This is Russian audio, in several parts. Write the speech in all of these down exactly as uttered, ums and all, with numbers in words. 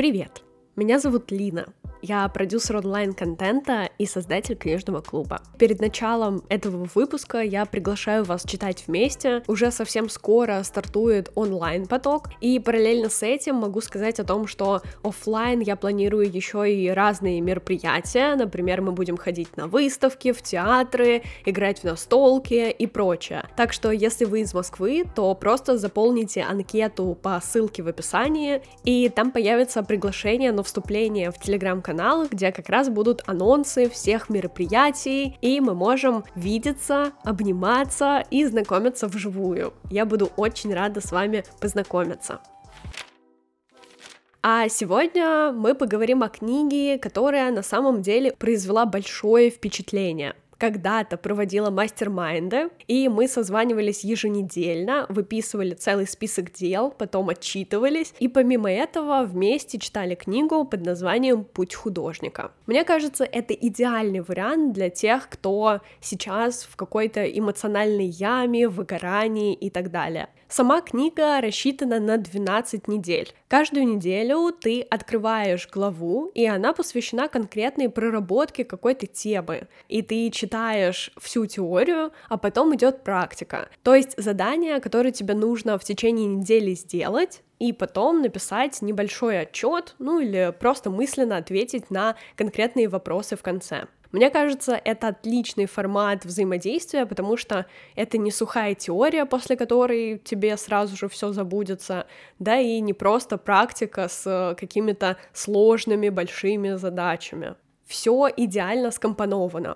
Привет! Меня зовут Лина. Я продюсер онлайн-контента и создатель книжного клуба. Перед началом этого выпуска я приглашаю вас читать вместе. Уже совсем скоро стартует онлайн-поток, и параллельно с этим могу сказать о том, что офлайн я планирую еще и разные мероприятия. Например, мы будем ходить на выставки, в театры, играть в настолки и прочее. Так что, если вы из Москвы, то просто заполните анкету по ссылке в описании, и там появится приглашение на вступление в телеграм-канал, где как раз будут анонсы всех мероприятий, и мы можем видеться, обниматься и знакомиться вживую. Я буду очень рада с вами познакомиться. А сегодня мы поговорим о книге, которая на самом деле произвела большое впечатление. Когда-то проводила мастер-майнды, и мы созванивались еженедельно, выписывали целый список дел, потом отчитывались, и помимо этого вместе читали книгу под названием «Путь художника». Мне кажется, это идеальный вариант для тех, кто сейчас в какой-то эмоциональной яме, выгорании и так далее. Сама книга рассчитана на двенадцать недель. Каждую неделю ты открываешь главу, и она посвящена конкретной проработке какой-то темы, и ты читаешь всю теорию, а потом идет практика. То есть задание, которое тебе нужно в течение недели сделать, и потом написать небольшой отчет, ну или просто мысленно ответить на конкретные вопросы в конце. Мне кажется, это отличный формат взаимодействия, потому что это не сухая теория, после которой тебе сразу же все забудется, да, и не просто практика с какими-то сложными большими задачами. Все идеально скомпоновано.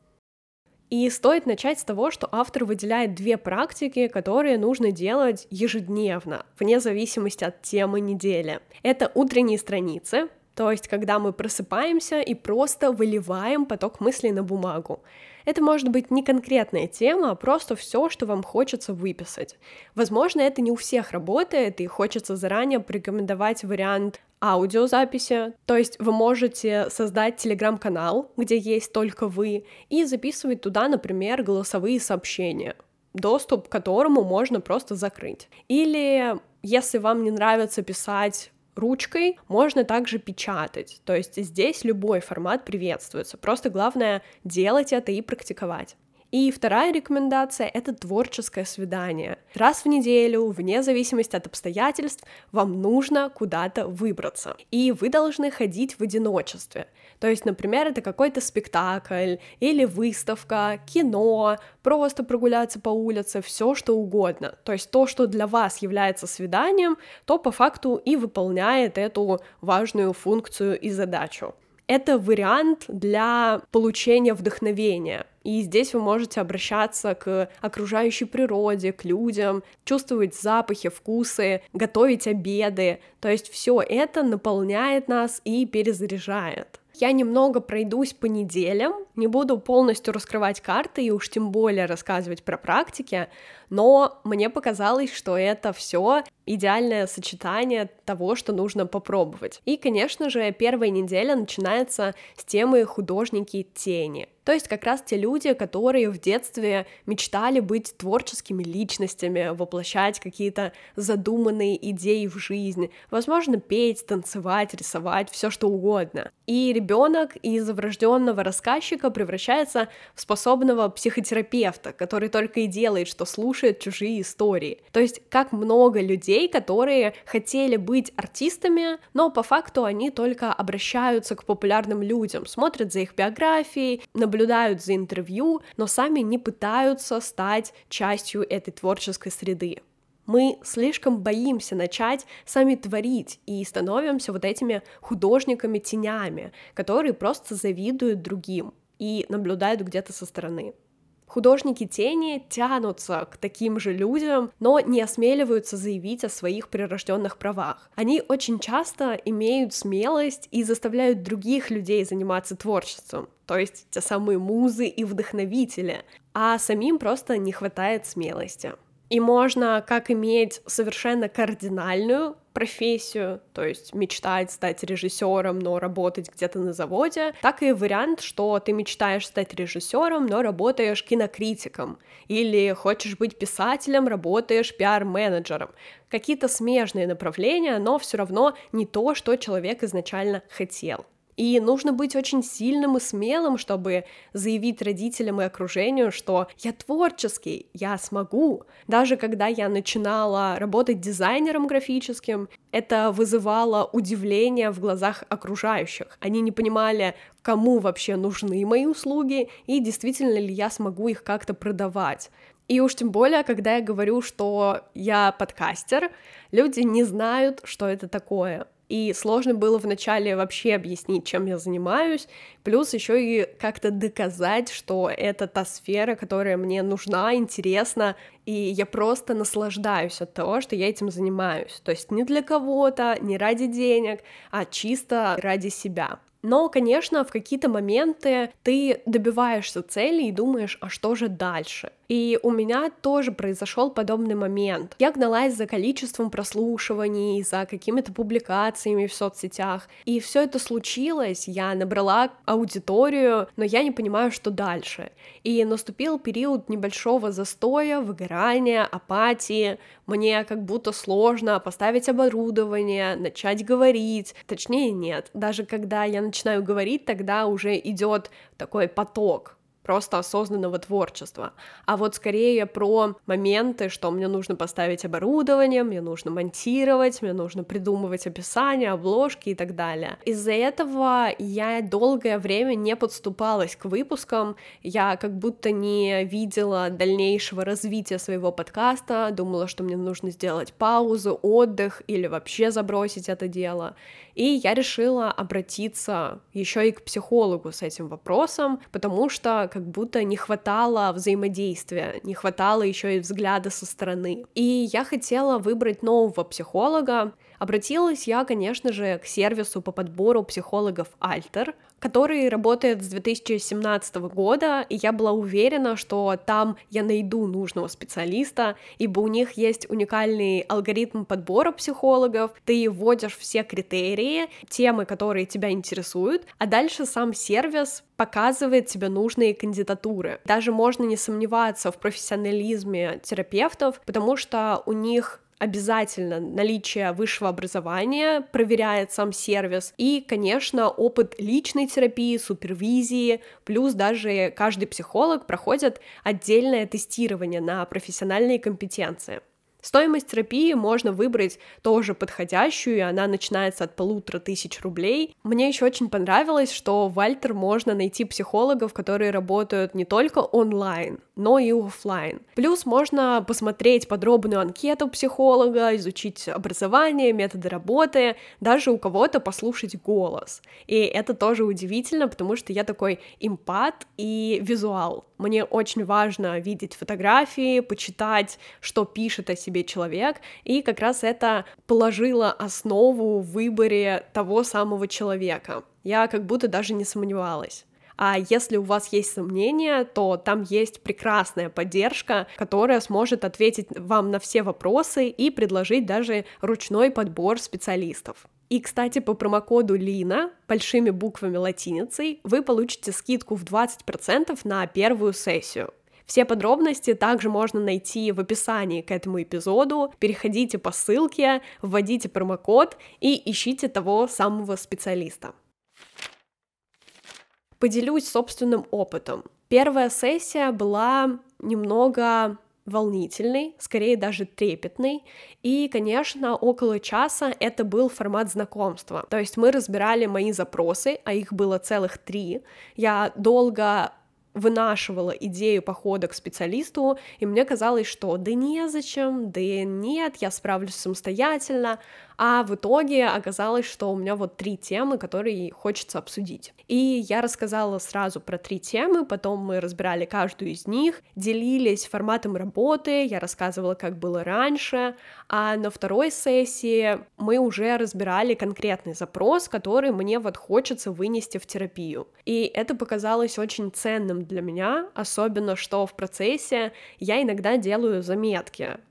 И стоит начать с того, что автор выделяет две практики, которые нужно делать ежедневно, вне зависимости от темы недели. Это утренние страницы, то есть когда мы просыпаемся и просто выливаем поток мыслей на бумагу. Это может быть не конкретная тема, а просто все, что вам хочется выписать. Возможно, это не у всех работает, и хочется заранее порекомендовать вариант аудиозаписи, то есть вы можете создать телеграм-канал, где есть только вы, и записывать туда, например, голосовые сообщения, доступ к которому можно просто закрыть. Или, если вам не нравится писать ручкой, можно также печатать, то есть здесь любой формат приветствуется, просто главное делать это и практиковать. И вторая рекомендация — это творческое свидание. Раз в неделю, вне зависимости от обстоятельств, вам нужно куда-то выбраться. И вы должны ходить в одиночестве. То есть, например, это какой-то спектакль или выставка, кино, просто прогуляться по улице, все что угодно. То есть то, что для вас является свиданием, то по факту и выполняет эту важную функцию и задачу. Это вариант для получения вдохновения. И здесь вы можете обращаться к окружающей природе, к людям, чувствовать запахи, вкусы, готовить обеды. То есть все это наполняет нас и перезаряжает. Я немного пройдусь по неделям, не буду полностью раскрывать карты и уж тем более рассказывать про практики, но мне показалось, что это все идеальное сочетание того, что нужно попробовать. И, конечно же, первая неделя начинается с темы «Художники тени». То есть как раз те люди, которые в детстве мечтали быть творческими личностями, воплощать какие-то задуманные идеи в жизнь, возможно, петь, танцевать, рисовать, все что угодно. И ребенок из врожденного рассказчика превращается в способного психотерапевта, который только и делает, что слушает чужие истории. То есть как много людей, которые хотели быть артистами, но по факту они только обращаются к популярным людям, смотрят за их биографией, наблюдают наблюдают за интервью, но сами не пытаются стать частью этой творческой среды. Мы слишком боимся начать сами творить и становимся вот этими художниками-тенями, которые просто завидуют другим и наблюдают где-то со стороны. Художники тени тянутся к таким же людям, но не осмеливаются заявить о своих прирожденных правах. Они очень часто имеют смелость и заставляют других людей заниматься творчеством, то есть те самые музы и вдохновители, а самим просто не хватает смелости. И можно как иметь совершенно кардинальную профессию, то есть мечтать стать режиссером, но работать где-то на заводе, так и вариант, что ты мечтаешь стать режиссером, но работаешь кинокритиком, или хочешь быть писателем, работаешь пиар-менеджером. Какие-то смежные направления, но все равно не то, что человек изначально хотел. И нужно быть очень сильным и смелым, чтобы заявить родителям и окружению, что я творческий, я смогу. Даже когда я начинала работать дизайнером графическим, это вызывало удивление в глазах окружающих. Они не понимали, кому вообще нужны мои услуги и действительно ли я смогу их как-то продавать. И уж тем более, когда я говорю, что я подкастер, люди не знают, что это такое. И сложно было вначале вообще объяснить, чем я занимаюсь, плюс еще и как-то доказать, что это та сфера, которая мне нужна, интересна, и я просто наслаждаюсь от того, что я этим занимаюсь. То есть не для кого-то, не ради денег, а чисто ради себя. Но, конечно, в какие-то моменты ты добиваешься цели и думаешь, а что же дальше? И у меня тоже произошел подобный момент. Я гналась за количеством прослушиваний, за какими-то публикациями в соцсетях, и все это случилось, я набрала аудиторию, но я не понимаю, что дальше. И наступил период небольшого застоя, выгорания, апатии. Мне как будто сложно поставить оборудование, начать говорить. Точнее, нет. Даже когда я начинаю говорить, тогда уже идет такой поток просто осознанного творчества. А вот скорее про моменты, что мне нужно поставить оборудование, мне нужно монтировать, мне нужно придумывать описание, обложки и так далее. Из-за этого я долгое время не подступалась к выпускам, я как будто не видела дальнейшего развития своего подкаста, думала, что мне нужно сделать паузу, отдых или вообще забросить это дело. И я решила обратиться еще и к психологу с этим вопросом, потому что как будто не хватало взаимодействия, не хватало еще и взгляда со стороны. И я хотела выбрать нового психолога. Обратилась я, конечно же, к сервису по подбору психологов Альтер, который работает с две тысячи семнадцатого года, и я была уверена, что там я найду нужного специалиста, ибо у них есть уникальный алгоритм подбора психологов, ты вводишь все критерии, темы, которые тебя интересуют, а дальше сам сервис показывает тебе нужные кандидатуры. Даже можно не сомневаться в профессионализме терапевтов, потому что у них обязательно наличие высшего образования проверяет сам сервис, и, конечно, опыт личной терапии, супервизии, плюс даже каждый психолог проходит отдельное тестирование на профессиональные компетенции. Стоимость терапии можно выбрать тоже подходящую, и она начинается от полутора тысяч рублей. Мне еще очень понравилось, что в Альтер можно найти психологов, которые работают не только онлайн, но и офлайн. Плюс можно посмотреть подробную анкету психолога, изучить образование, методы работы, даже у кого-то послушать голос. И это тоже удивительно, потому что я такой эмпат и визуал. Мне очень важно видеть фотографии, почитать, что пишет о себе человек, и как раз это положило основу в выборе того самого человека. Я как будто даже не сомневалась. А если у вас есть сомнения, то там есть прекрасная поддержка, которая сможет ответить вам на все вопросы и предложить даже ручной подбор специалистов. И, кстати, по промокоду Лина, большими буквами латиницей, вы получите скидку в двадцать процентов на первую сессию. Все подробности также можно найти в описании к этому эпизоду. Переходите по ссылке, вводите промокод и ищите того самого специалиста. Поделюсь собственным опытом. Первая сессия была немного волнительный, скорее даже трепетный, и, конечно, около часа это был формат знакомства, то есть мы разбирали мои запросы, а их было целых три, я долго вынашивала идею похода к специалисту, и мне казалось, что да незачем, да нет, я справлюсь самостоятельно, а в итоге оказалось, что у меня вот три темы, которые хочется обсудить. И я рассказала сразу про три темы, потом мы разбирали каждую из них, делились форматом работы, я рассказывала, как было раньше, а на второй сессии мы уже разбирали конкретный запрос, который мне вот хочется вынести в терапию. И это показалось очень ценным для меня, особенно что в процессе я иногда делаю заметки.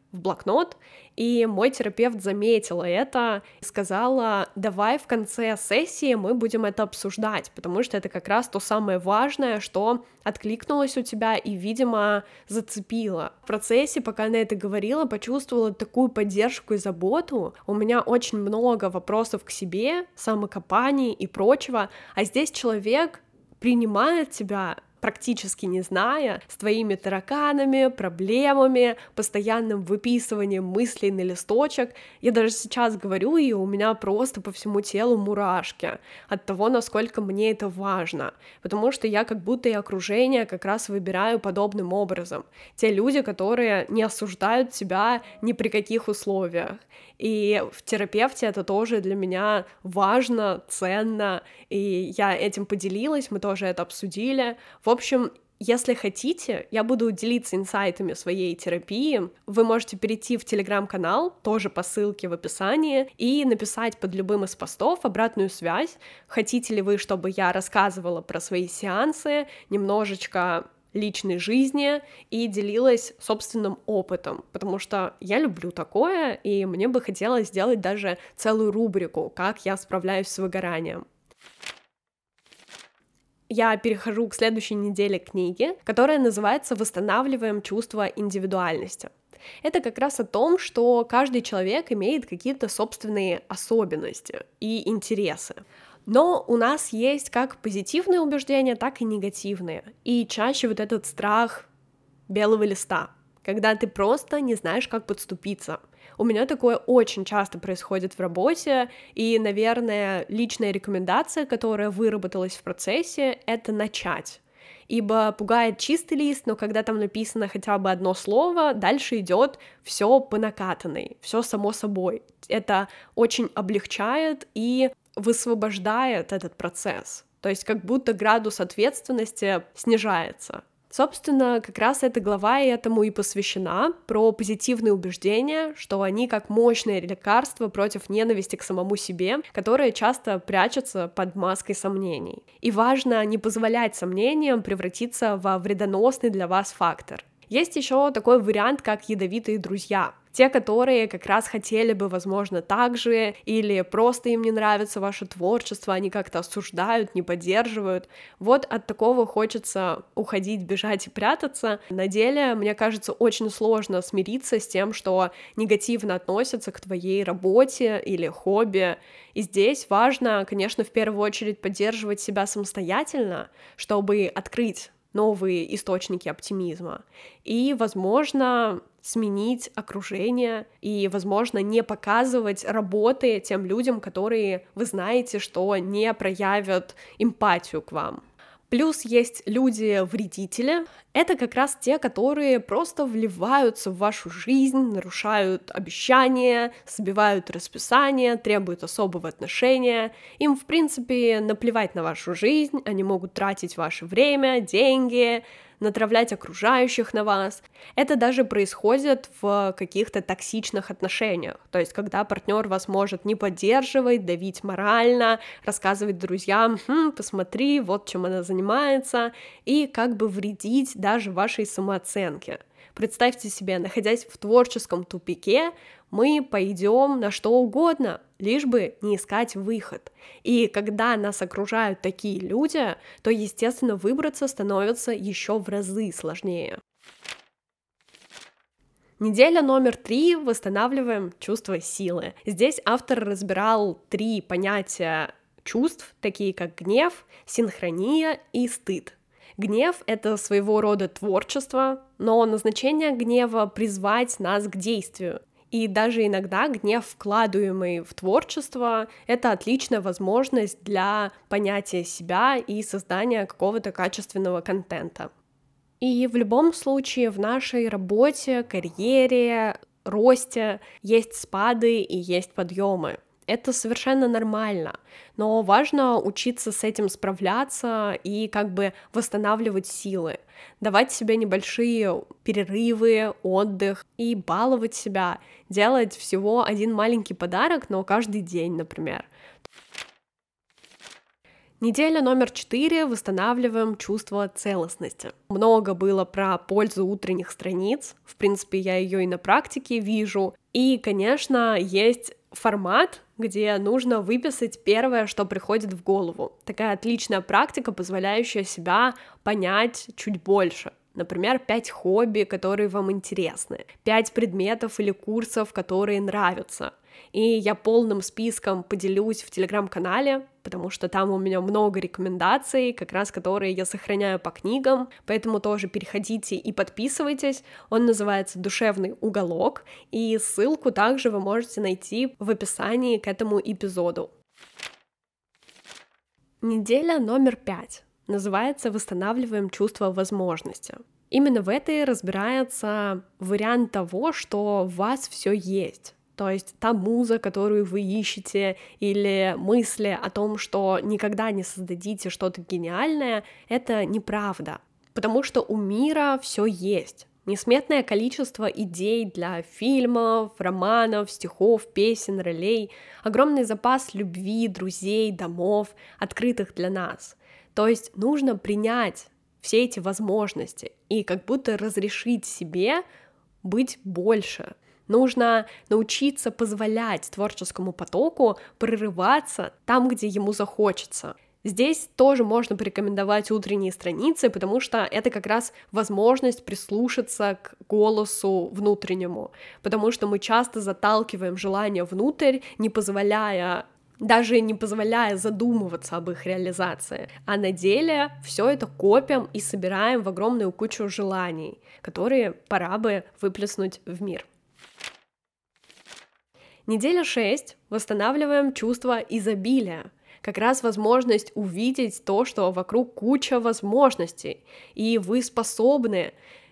в блокнот, и мой терапевт заметила это и сказала: давай в конце сессии мы будем это обсуждать, потому что это как раз то самое важное, что откликнулось у тебя и, видимо, зацепило. В процессе, пока она это говорила, почувствовала такую поддержку и заботу. У меня очень много вопросов к себе, самокопаний и прочего, а здесь человек принимает тебя, практически не зная, с твоими тараканами, проблемами, постоянным выписыванием мыслей на листочек. Я даже сейчас говорю, и у меня просто по всему телу мурашки от того, насколько мне это важно, потому что я как будто и окружение как раз выбираю подобным образом. Те люди, которые не осуждают тебя ни при каких условиях. И в терапевте это тоже для меня важно, ценно, и я этим поделилась, мы тоже это обсудили. В общем, если хотите, я буду делиться инсайтами своей терапии. Вы можете перейти в телеграм-канал, тоже по ссылке в описании, и написать под любым из постов обратную связь. Хотите ли вы, чтобы я рассказывала про свои сеансы, немножечко личной жизни и делилась собственным опытом, потому что я люблю такое, и мне бы хотелось сделать даже целую рубрику, как я справляюсь с выгоранием. Я перехожу к следующей неделе книги, которая называется «Восстанавливаем чувство индивидуальности». Это как раз о том, что каждый человек имеет какие-то собственные особенности и интересы. Но у нас есть как позитивные убеждения, так и негативные. И чаще вот этот страх белого листа, когда ты просто не знаешь, как подступиться. У меня такое очень часто происходит в работе, и, наверное, личная рекомендация, которая выработалась в процессе, это начать. Ибо пугает чистый лист, но когда там написано хотя бы одно слово, дальше идет все по накатанной, все само собой. Это очень облегчает и высвобождает этот процесс. То есть как будто градус ответственности снижается. Собственно, как раз эта глава и этому и посвящена, про позитивные убеждения, что они как мощное лекарство против ненависти к самому себе, которое часто прячется под маской сомнений. И важно не позволять сомнениям превратиться во вредоносный для вас фактор. Есть еще такой вариант, как ядовитые друзья. Те, которые как раз хотели бы, возможно, так же, или просто им не нравится ваше творчество, они как-то осуждают, не поддерживают. Вот от такого хочется уходить, бежать и прятаться. На деле, мне кажется, очень сложно смириться с тем, что негативно относятся к твоей работе или хобби. И здесь важно, конечно, в первую очередь поддерживать себя самостоятельно, чтобы открыть новые источники оптимизма. И, возможно, сменить окружение и, возможно, не показывать работы тем людям, которые вы знаете, что не проявят эмпатию к вам. Плюс есть люди-вредители. Это как раз те, которые просто вливаются в вашу жизнь, нарушают обещания, сбивают расписание, требуют особого отношения. Им, в принципе, наплевать на вашу жизнь, они могут тратить ваше время, деньги, натравлять окружающих на вас. Это даже происходит в каких-то токсичных отношениях, то есть когда партнер вас может не поддерживать, давить морально, рассказывать друзьям: хм, посмотри, вот чем она занимается, и как бы вредить даже вашей самооценке. Представьте себе, находясь в творческом тупике, мы пойдем на что угодно, лишь бы не искать выход. И когда нас окружают такие люди, то, естественно, выбраться становится еще в разы сложнее. Неделя номер три. Восстанавливаем чувство силы. Здесь автор разбирал три понятия чувств, такие как гнев, синхрония и стыд. Гнев — это своего рода творчество, но назначение гнева — призвать нас к действию. И даже иногда гнев, вкладываемый в творчество, это отличная возможность для понятия себя и создания какого-то качественного контента. И в любом случае в нашей работе, карьере, росте есть спады и есть подъемы. Это совершенно нормально, но важно учиться с этим справляться и как бы восстанавливать силы, давать себе небольшие перерывы, отдых и баловать себя, делать всего один маленький подарок, но каждый день, например. Неделя номер четыре. Восстанавливаем чувство целостности. Много было про пользу утренних страниц. В принципе, я ее и на практике вижу. И, конечно, есть формат, где нужно выписать первое, что приходит в голову. Такая отличная практика, позволяющая себя понять чуть больше. Например, пять хобби, которые вам интересны, пять предметов или курсов, которые нравятся. И я полным списком поделюсь в Телеграм-канале, потому что там у меня много рекомендаций, как раз которые я сохраняю по книгам, поэтому тоже переходите и подписывайтесь. Он называется «Душевный уголок», и ссылку также вы можете найти в описании к этому эпизоду. Неделя номер пять. Называется «Восстанавливаем чувство возможности». Именно в этой разбирается вариант того, что у вас все есть. То есть та муза, которую вы ищете, или мысли о том, что никогда не создадите что-то гениальное, это неправда. Потому что у мира все есть. Несметное количество идей для фильмов, романов, стихов, песен, ролей, огромный запас любви, друзей, домов, открытых для нас. То есть нужно принять все эти возможности и как будто разрешить себе быть больше. Нужно научиться позволять творческому потоку прорываться там, где ему захочется. Здесь тоже можно порекомендовать утренние страницы, потому что это как раз возможность прислушаться к голосу внутреннему, потому что мы часто заталкиваем желания внутрь, не позволяя даже не позволяя задумываться об их реализации. А на деле все это копим и собираем в огромную кучу желаний, которые пора бы выплеснуть в мир. Неделя шесть. Восстанавливаем чувство изобилия. Как раз возможность увидеть то, что вокруг куча возможностей, и вы способны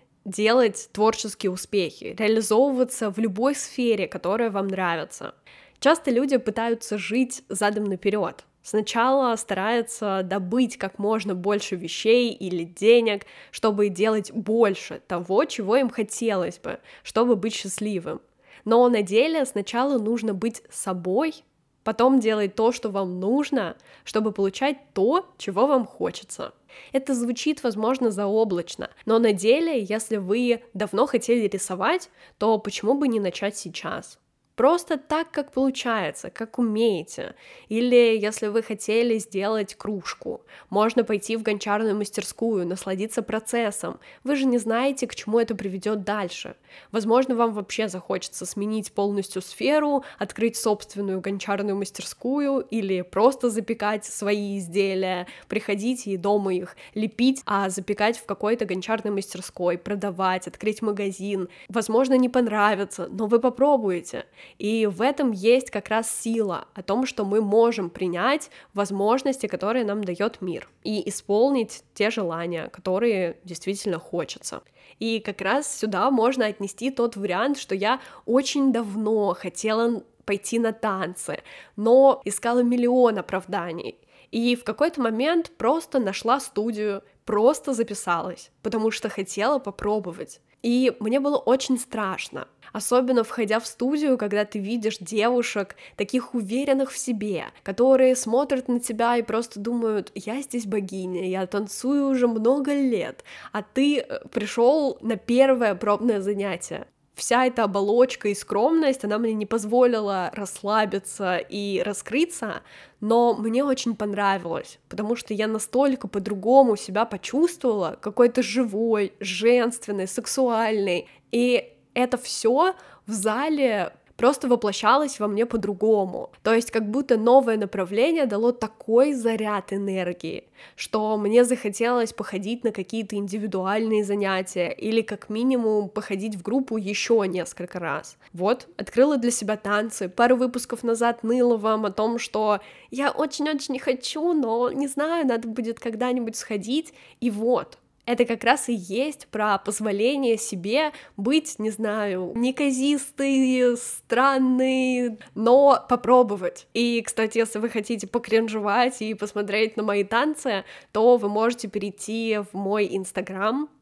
делать творческие успехи, реализовываться в любой сфере, которая вам нравится. Часто люди пытаются жить задом наперед. Сначала стараются добыть как можно больше вещей или денег, чтобы делать больше того, чего им хотелось бы, чтобы быть счастливым. Но на деле сначала нужно быть собой, потом делать то, что вам нужно, чтобы получать то, чего вам хочется. Это звучит, возможно, заоблачно, но на деле, если вы давно хотели рисовать, то почему бы не начать сейчас? Просто так, как получается, как умеете. Или если вы хотели сделать кружку, можно пойти в гончарную мастерскую, насладиться процессом. Вы же не знаете, к чему это приведет дальше. Возможно, вам вообще захочется сменить полностью сферу, открыть собственную гончарную мастерскую или просто запекать свои изделия, приходить и дома их лепить, а запекать в какой-то гончарной мастерской, продавать, открыть магазин. Возможно, не понравится, но вы попробуете. И в этом есть как раз сила о том, что мы можем принять возможности, которые нам дает мир, и исполнить те желания, которые действительно хочется. И как раз сюда можно отнести тот вариант, что я очень давно хотела пойти на танцы, но искала миллион оправданий. И в какой-то момент просто нашла студию, просто записалась, потому что хотела попробовать. И мне было очень страшно, особенно входя в студию, когда ты видишь девушек, таких уверенных в себе, которые смотрят на тебя и просто думают: я здесь богиня, я танцую уже много лет, а ты пришел на первое пробное занятие. Вся эта оболочка и скромность, она мне не позволила расслабиться и раскрыться, но мне очень понравилось, потому что я настолько по-другому себя почувствовала, какой-то живой, женственной, сексуальной, и это все в зале просто воплощалось во мне по-другому. То есть как будто новое направление дало такой заряд энергии, что мне захотелось походить на какие-то индивидуальные занятия или как минимум походить в группу еще несколько раз. Вот, открыла для себя танцы, пару выпусков назад ныла вам о том, что я очень-очень не хочу, но не знаю, надо будет когда-нибудь сходить, и вот. Это как раз и есть про позволение себе быть, не знаю, неказистой, странной, но попробовать. И, кстати, если вы хотите покринжевать и посмотреть на мои танцы, то вы можете перейти в мой инстаграм,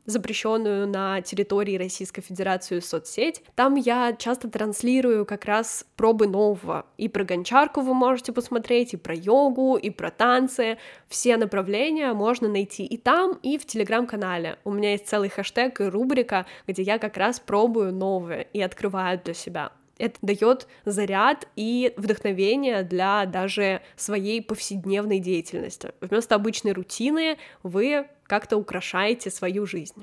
запрещенную на территории Российской Федерации соцсеть. Там я часто транслирую как раз пробы нового. И про гончарку вы можете посмотреть, и про йогу, и про танцы. Все направления можно найти и там, и в Телеграм-канале. У меня есть целый хэштег и рубрика, где я как раз пробую новое и открываю для себя. Это дает заряд и вдохновение для даже своей повседневной деятельности. Вместо обычной рутины вы как-то украшаете свою жизнь.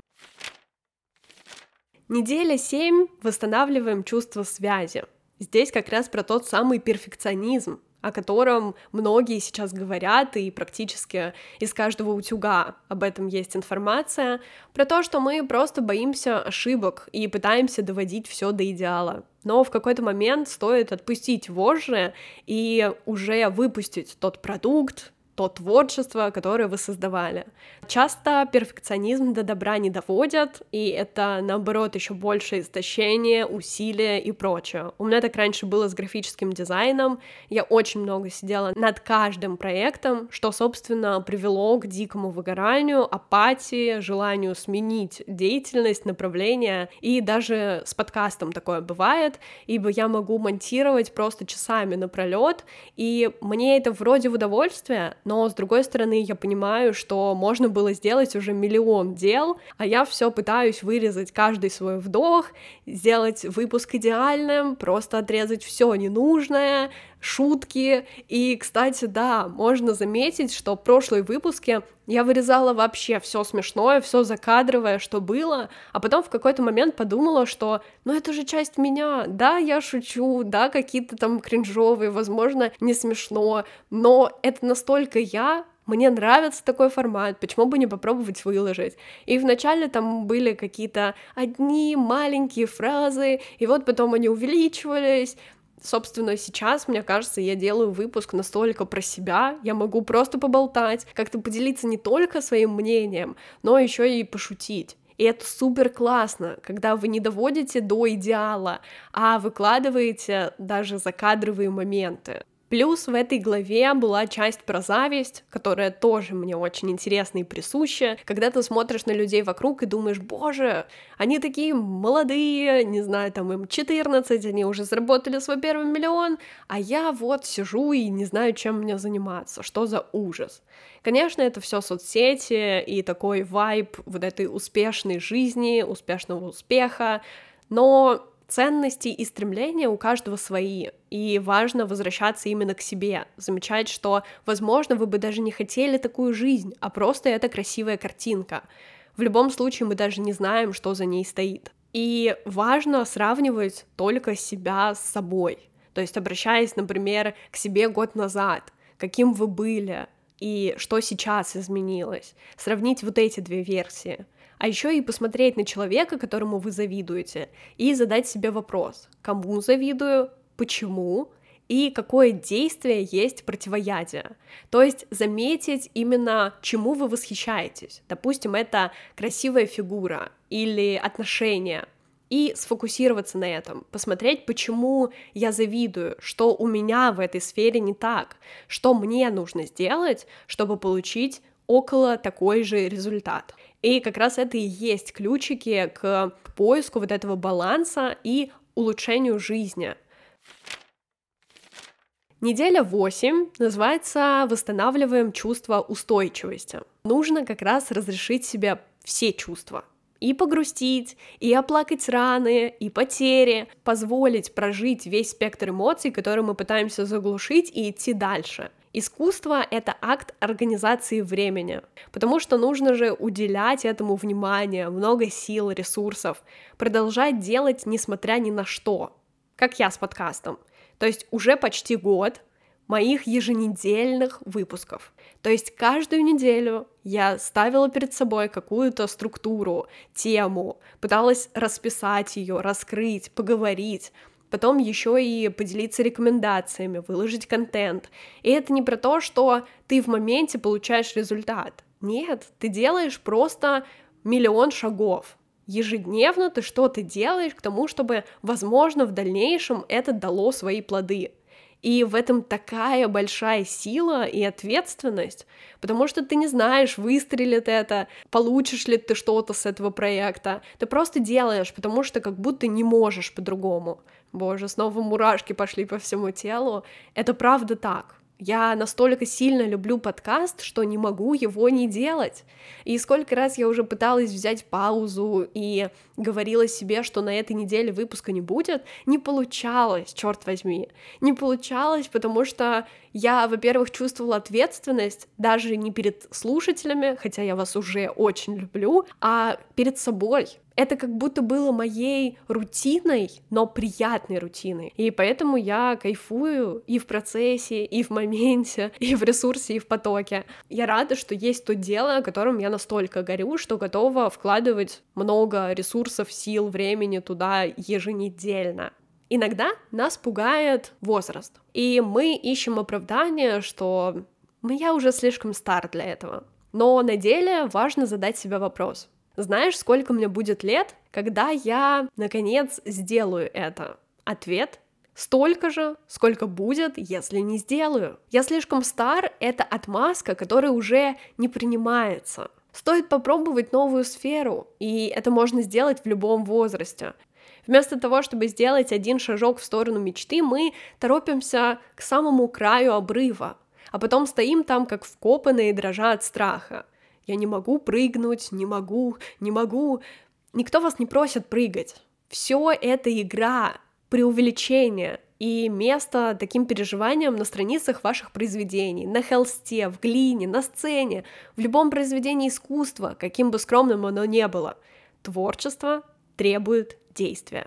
Неделя семь. Восстанавливаем чувство связи. Здесь как раз про тот самый перфекционизм, о котором многие сейчас говорят, и практически из каждого утюга об этом есть информация, про то, что мы просто боимся ошибок и пытаемся доводить все до идеала. Но в какой-то момент стоит отпустить вожжи и уже выпустить тот продукт, то творчество, которое вы создавали. Часто перфекционизм до добра не доводят, и это, наоборот, еще больше истощение, усилия и прочее. У меня так раньше было с графическим дизайном, я очень много сидела над каждым проектом, что, собственно, привело к дикому выгоранию, апатии, желанию сменить деятельность, направление, и даже с подкастом такое бывает, ибо я могу монтировать просто часами напролет, и мне это вроде в удовольствие, но, с другой стороны, я понимаю, что можно было сделать уже миллион дел, а я все пытаюсь вырезать каждый свой вдох, сделать выпуск идеальным, просто отрезать все ненужное, шутки. И, кстати, да, можно заметить, что в прошлые выпуски я вырезала вообще все смешное, все закадровое, что было, а потом в какой-то момент подумала, что ну это же часть меня, да, я шучу, да, какие-то там кринжовые, возможно, не смешно, но это настолько я, мне нравится такой формат, почему бы не попробовать выложить? И вначале там были какие-то одни маленькие фразы, и вот потом они увеличивались. Собственно, сейчас, мне кажется, я делаю выпуск настолько про себя, я могу просто поболтать, как-то поделиться не только своим мнением, но еще и пошутить. И это супер классно, когда вы не доводите до идеала, а выкладываете даже закадровые моменты. Плюс в этой главе была часть про зависть, которая тоже мне очень интересна и присуща, когда ты смотришь на людей вокруг и думаешь, боже, они такие молодые, не знаю, там им четырнадцать, они уже заработали свой первый миллион, а я вот сижу и не знаю, чем мне заниматься, что за ужас. Конечно, это все соцсети и такой вайб вот этой успешной жизни, успешного успеха, но ценности и стремления у каждого свои, и важно возвращаться именно к себе, замечать, что, возможно, вы бы даже не хотели такую жизнь, а просто это красивая картинка. В любом случае мы даже не знаем, что за ней стоит. И важно сравнивать только себя с собой, то есть обращаясь, например, к себе год назад, каким вы были и что сейчас изменилось, сравнить вот эти две версии. А еще и посмотреть на человека, которому вы завидуете, и задать себе вопрос, кому завидую, почему и какое действие есть противоядие. То есть заметить именно, чему вы восхищаетесь. Допустим, это красивая фигура или отношения, и сфокусироваться на этом, посмотреть, почему я завидую, что у меня в этой сфере не так, что мне нужно сделать, чтобы получить около такой же результат. И как раз это и есть ключики к поиску вот этого баланса и улучшению жизни. Неделя восемь называется «Восстанавливаем чувство устойчивости». Нужно как раз разрешить себе все чувства. И погрустить, и оплакать раны, и потери, позволить прожить весь спектр эмоций, которые мы пытаемся заглушить, и идти дальше. Искусство — это акт организации времени, потому что нужно же уделять этому внимание, много сил, ресурсов, продолжать делать несмотря ни на что, как я с подкастом. То есть уже почти год моих еженедельных выпусков. То есть каждую неделю я ставила перед собой какую-то структуру, тему, пыталась расписать ее, раскрыть, поговорить, потом еще и поделиться рекомендациями, выложить контент. И это не про то, что ты в моменте получаешь результат. Нет, ты делаешь просто миллион шагов. Ежедневно ты что-то делаешь к тому, чтобы, возможно, в дальнейшем это дало свои плоды. И в этом такая большая сила и ответственность, потому что ты не знаешь, выстрелит это, получишь ли ты что-то с этого проекта. Ты просто делаешь, потому что как будто не можешь по-другому. Боже, снова мурашки пошли по всему телу. Это правда так. Я настолько сильно люблю подкаст, что не могу его не делать. И сколько раз я уже пыталась взять паузу и говорила себе, что на этой неделе выпуска не будет, не получалось, черт возьми. Не получалось, потому что я, во-первых, чувствовала ответственность даже не перед слушателями, хотя я вас уже очень люблю, а перед собой. Это как будто было моей рутиной, но приятной рутиной. И поэтому я кайфую и в процессе, и в моменте, и в ресурсе, и в потоке. Я рада, что есть то дело, которым я настолько горю, что готова вкладывать много ресурсов, сил, времени туда еженедельно. Иногда нас пугает возраст, и мы ищем оправдание, что я уже слишком стар для этого. Но на деле важно задать себе вопрос. Знаешь, сколько мне будет лет, когда я, наконец, сделаю это? Ответ — столько же, сколько будет, если не сделаю. Я слишком стар — это отмазка, которая уже не принимается. Стоит попробовать новую сферу, и это можно сделать в любом возрасте. Вместо того, чтобы сделать один шажок в сторону мечты, мы торопимся к самому краю обрыва, а потом стоим там, как вкопанные, дрожа от страха. Я не могу прыгнуть, не могу, не могу. Никто вас не просит прыгать. Все это игра, преувеличение и место таким переживаниям на страницах ваших произведений, на холсте, в глине, на сцене, в любом произведении искусства, каким бы скромным оно ни было. Творчество требует действия.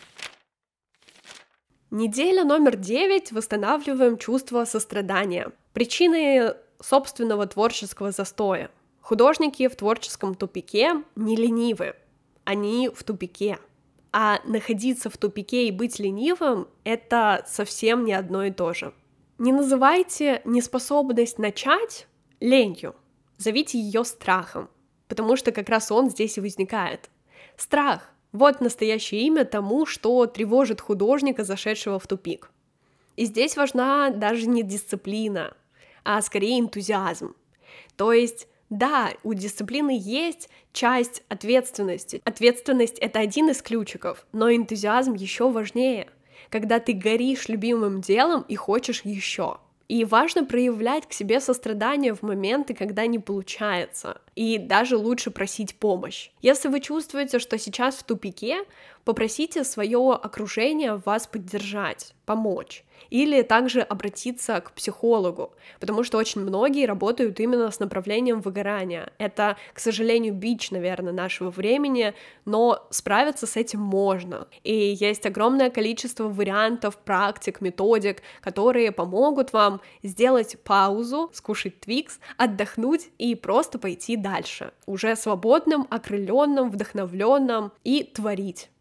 Неделя номер девять. Восстанавливаем чувство сострадания. Причины собственного творческого застоя. Художники в творческом тупике не ленивы, они в тупике. А находиться в тупике и быть ленивым — это совсем не одно и то же. Не называйте неспособность начать ленью, зовите ее страхом, потому что как раз он здесь и возникает. Страх — вот настоящее имя тому, что тревожит художника, зашедшего в тупик. И здесь важна даже не дисциплина, а скорее энтузиазм. То есть да, у дисциплины есть часть ответственности. Ответственность — это один из ключиков, но энтузиазм еще важнее, когда ты горишь любимым делом и хочешь еще. И важно проявлять к себе сострадание в моменты, когда не получается, и даже лучше просить помощь. Если вы чувствуете, что сейчас в тупике, попросите свое окружение вас поддержать, помочь. Или также обратиться к психологу, потому что очень многие работают именно с направлением выгорания. Это, к сожалению, бич, наверное, нашего времени, но справиться с этим можно. И есть огромное количество вариантов, практик, методик, которые помогут вам сделать паузу, скушать твикс, отдохнуть и просто пойти дальше, уже свободным, окрыленным, вдохновленным и творить.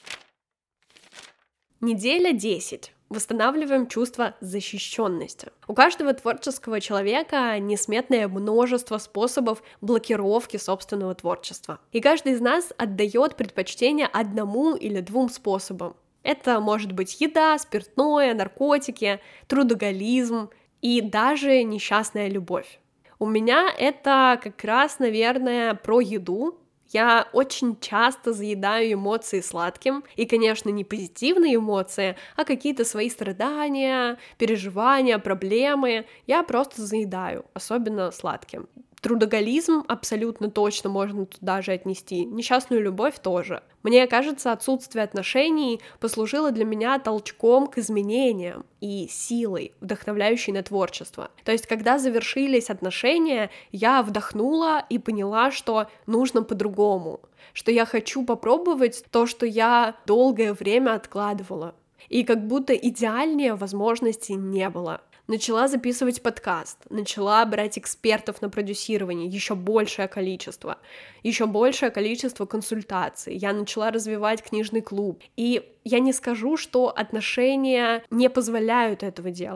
Неделя десять. Восстанавливаем чувство защищенности. У каждого творческого человека несметное множество способов блокировки собственного творчества. И каждый из нас отдает предпочтение одному или двум способам. Это может быть еда, спиртное, наркотики, трудоголизм и даже несчастная любовь. У меня это как раз, наверное, про еду. Я очень часто заедаю эмоции сладким, и, конечно, не позитивные эмоции, а какие-то свои страдания, переживания, проблемы. Я просто заедаю, особенно сладким. Трудоголизм абсолютно точно можно туда же отнести, несчастную любовь тоже. Мне кажется, отсутствие отношений послужило для меня толчком к изменениям и силой, вдохновляющей на творчество. То есть, когда завершились отношения, я вдохнула и поняла, что нужно по-другому, что я хочу попробовать то, что я долгое время откладывала. И как будто идеальнее возможностей не было. Начала записывать подкаст, начала брать экспертов на продюсирование, еще большее количество, еще большее количество консультаций. Я начала развивать книжный клуб. И я не скажу, что отношения не позволяют этого делать.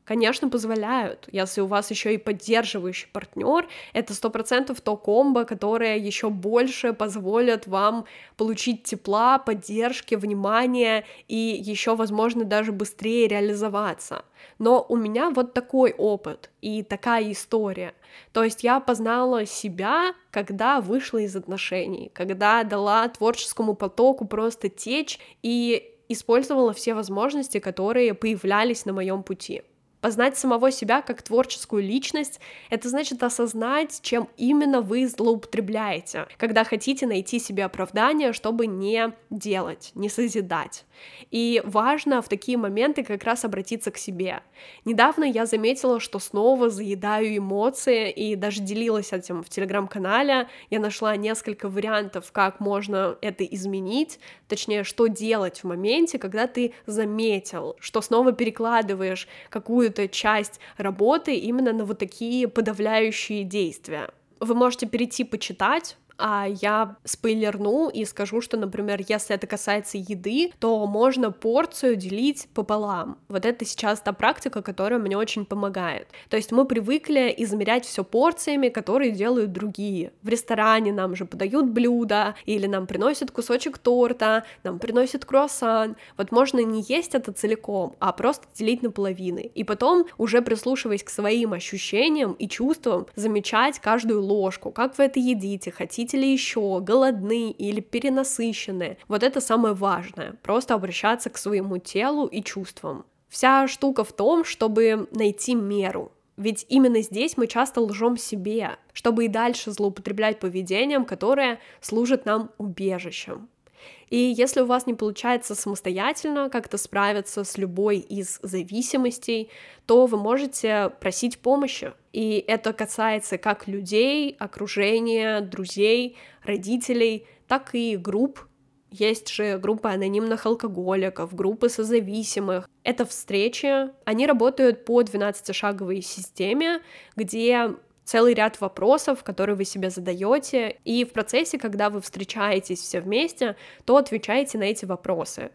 Конечно, позволяют. Если у вас еще и поддерживающий партнер, это сто процентов то комбо, которое еще больше позволит вам получить тепла, поддержки, внимания и еще, возможно, даже быстрее реализоваться. Но у меня вот такой опыт и такая история. То есть я познала себя, когда вышла из отношений, когда дала творческому потоку просто течь и использовала все возможности, которые появлялись на моем пути. Познать самого себя как творческую личность — это значит осознать, чем именно вы злоупотребляете, когда хотите найти себе оправдание, чтобы не делать, не созидать. И важно в такие моменты как раз обратиться к себе. Недавно я заметила, что снова заедаю эмоции, и даже делилась этим в телеграм-канале. Я нашла несколько вариантов, как можно это изменить, точнее, что делать в моменте, когда ты заметил, что снова перекладываешь какую какую-то часть работы именно на вот такие подавляющие действия. Вы можете перейти почитать, а я спойлерну и скажу, что, например, если это касается еды, то можно порцию делить пополам. Вот это сейчас та практика, которая мне очень помогает. То есть мы привыкли измерять все порциями, которые делают другие. В ресторане нам же подают блюдо, или нам приносят кусочек торта, нам приносят круассан. Вот можно не есть это целиком, а просто делить на половины. И потом, уже прислушиваясь к своим ощущениям и чувствам, замечать каждую ложку, как вы это едите, хотите ли еще, голодны или перенасыщены. Вот это самое важное, просто обращаться к своему телу и чувствам. Вся штука в том, чтобы найти меру. Ведь именно здесь мы часто лжем себе, чтобы и дальше злоупотреблять поведением, которое служит нам убежищем. И если у вас не получается самостоятельно как-то справиться с любой из зависимостей, то вы можете просить помощи. И это касается как людей, окружения, друзей, родителей, так и групп. Есть же группы анонимных алкоголиков, группы созависимых. Это встречи. Они работают по двенадцатишаговой системе, где целый ряд вопросов, которые вы себе задаете, и в процессе, когда вы встречаетесь все вместе, то отвечаете на эти вопросы.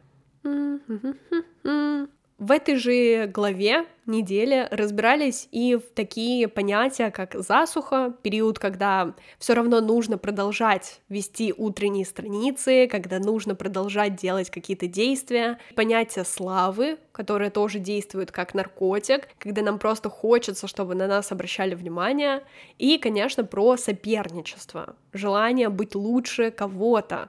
В этой же главе недели разбирались и в такие понятия, как засуха, период, когда все равно нужно продолжать вести утренние страницы, когда нужно продолжать делать какие-то действия, понятие славы, которое тоже действует как наркотик, когда нам просто хочется, чтобы на нас обращали внимание, и, конечно, про соперничество, желание быть лучше кого-то.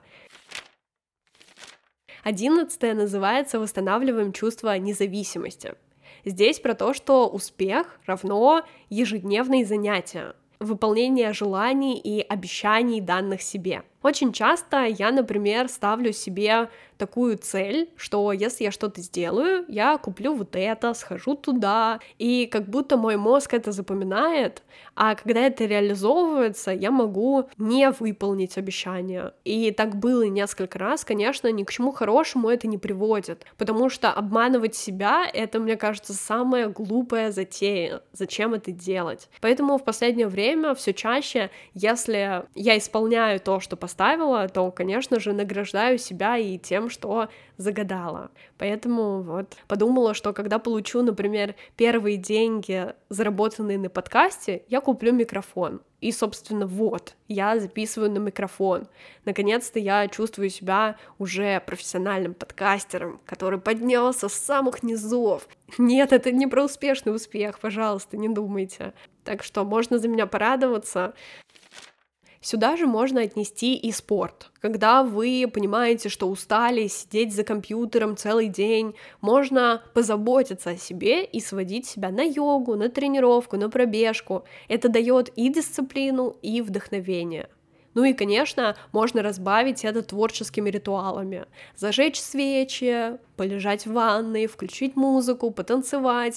Одиннадцатое называется «Восстанавливаем чувство независимости». Здесь про то, что успех равно ежедневные занятия, выполнение желаний и обещаний, данных себе. Очень часто я, например, ставлю себе такую цель, что если я что-то сделаю, я куплю вот это, схожу туда, и как будто мой мозг это запоминает, а когда это реализовывается, я могу не выполнить обещание. И так было несколько раз, конечно, ни к чему хорошему это не приводит, потому что обманывать себя — это, мне кажется, самая глупая затея. Зачем это делать? Поэтому в последнее время все чаще, если я исполняю то, что поставила, то, конечно же, награждаю себя и тем, что загадала. Поэтому вот подумала, что когда получу, например, первые деньги, заработанные на подкасте, я куплю микрофон. И, собственно, вот, я записываю на микрофон. Наконец-то я чувствую себя уже профессиональным подкастером, который поднялся с самых низов. Нет, это не про успешный успех, пожалуйста, не думайте. Так что можно за меня порадоваться. Сюда же можно отнести и спорт. Когда вы понимаете, что устали сидеть за компьютером целый день, можно позаботиться о себе и сводить себя на йогу, на тренировку, на пробежку. Это дает и дисциплину, и вдохновение. Ну и, конечно, можно разбавить это творческими ритуалами. Зажечь свечи, полежать в ванной, включить музыку, потанцевать.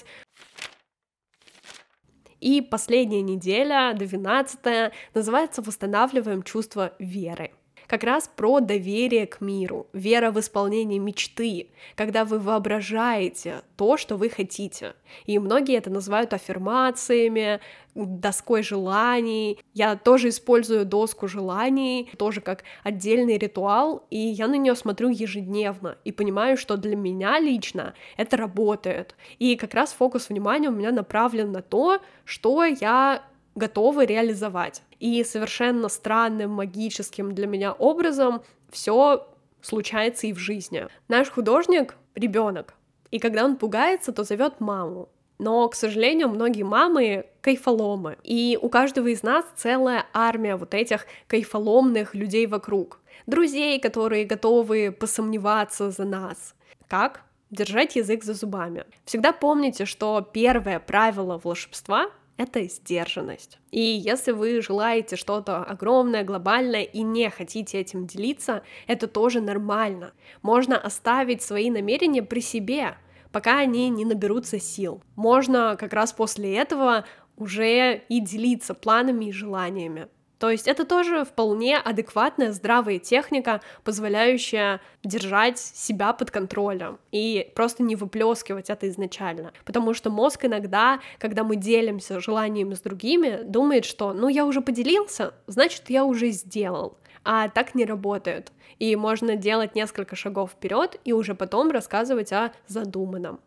И последняя неделя, двенадцатая, называется «Восстанавливаем чувство веры». как раз про доверие к миру, вера в исполнение мечты, когда вы воображаете то, что вы хотите. И многие это называют аффирмациями, доской желаний. Я тоже использую доску желаний, тоже как отдельный ритуал, и я на нее смотрю ежедневно и понимаю, что для меня лично это работает. И как раз фокус внимания у меня направлен на то, что я готова реализовать. И совершенно странным, магическим для меня образом все случается и в жизни. Наш художник — ребенок, и когда он пугается, то зовет маму. Но, к сожалению, многие мамы — кайфоломы, и у каждого из нас целая армия вот этих кайфоломных людей вокруг. Друзей, которые готовы посомневаться за нас. Как? Держать язык за зубами. Всегда помните, что первое правило волшебства — это сдержанность. И если вы желаете что-то огромное, глобальное и не хотите этим делиться, это тоже нормально. Можно оставить свои намерения при себе, пока они не наберутся сил. Можно как раз после этого уже и делиться планами и желаниями. То есть это тоже вполне адекватная, здравая техника, позволяющая держать себя под контролем и просто не выплескивать это изначально. Потому что мозг иногда, когда мы делимся желаниями с другими, думает, что ну я уже поделился, значит я уже сделал. А так не работает. И можно делать несколько шагов вперед и уже потом рассказывать о задуманном.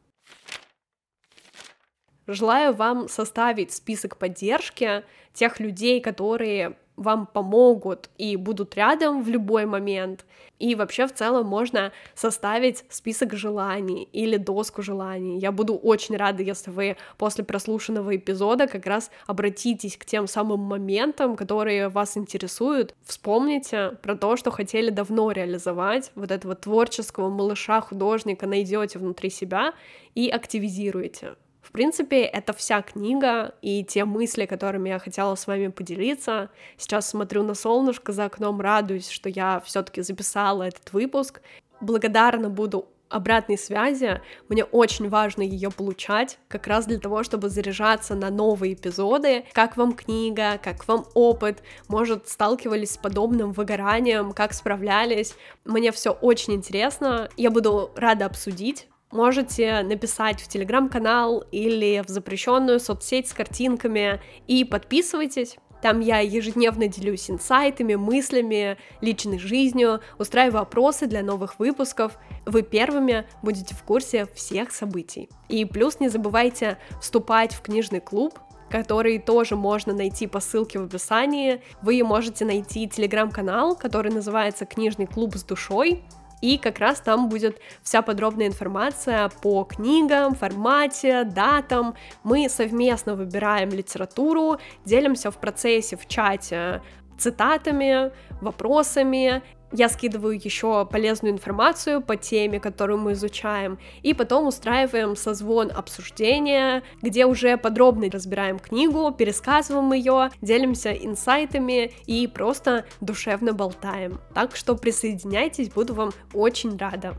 Желаю вам составить список поддержки тех людей, которые вам помогут и будут рядом в любой момент. И вообще в целом можно составить список желаний или доску желаний. Я буду очень рада, если вы после прослушанного эпизода как раз обратитесь к тем самым моментам, которые вас интересуют. Вспомните про то, что хотели давно реализовать, вот этого творческого малыша-художника найдете внутри себя и активизируете. В принципе, это вся книга и те мысли, которыми я хотела с вами поделиться. Сейчас смотрю на солнышко за окном, радуюсь, что я все-таки записала этот выпуск. Благодарна буду обратной связи. Мне очень важно ее получать, как раз для того, чтобы заряжаться на новые эпизоды. Как вам книга, как вам опыт, может, сталкивались с подобным выгоранием, как справлялись. Мне все очень интересно, я буду рада обсудить. Можете написать в телеграм-канал или в запрещенную соцсеть с картинками и подписывайтесь. Там я ежедневно делюсь инсайтами, мыслями, личной жизнью, устраиваю опросы для новых выпусков. Вы первыми будете в курсе всех событий. И плюс не забывайте вступать в книжный клуб, который тоже можно найти по ссылке в описании. Вы можете найти телеграм-канал, который называется «Книжный клуб с душой». И как раз там будет вся подробная информация по книгам, формате, датам. Мы совместно выбираем литературу, делимся в процессе в чате цитатами, вопросами. Я скидываю еще полезную информацию по теме, которую мы изучаем, и потом устраиваем созвон обсуждения, где уже подробно разбираем книгу, пересказываем ее, делимся инсайтами и просто душевно болтаем. Так что присоединяйтесь, буду вам очень рада.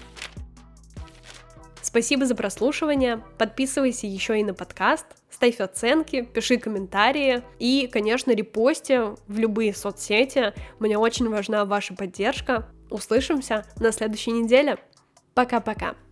Спасибо за прослушивание, подписывайся еще и на подкаст, ставь оценки, пиши комментарии и, конечно, репости в любые соцсети. Мне очень важна ваша поддержка. Услышимся на следующей неделе. Пока-пока.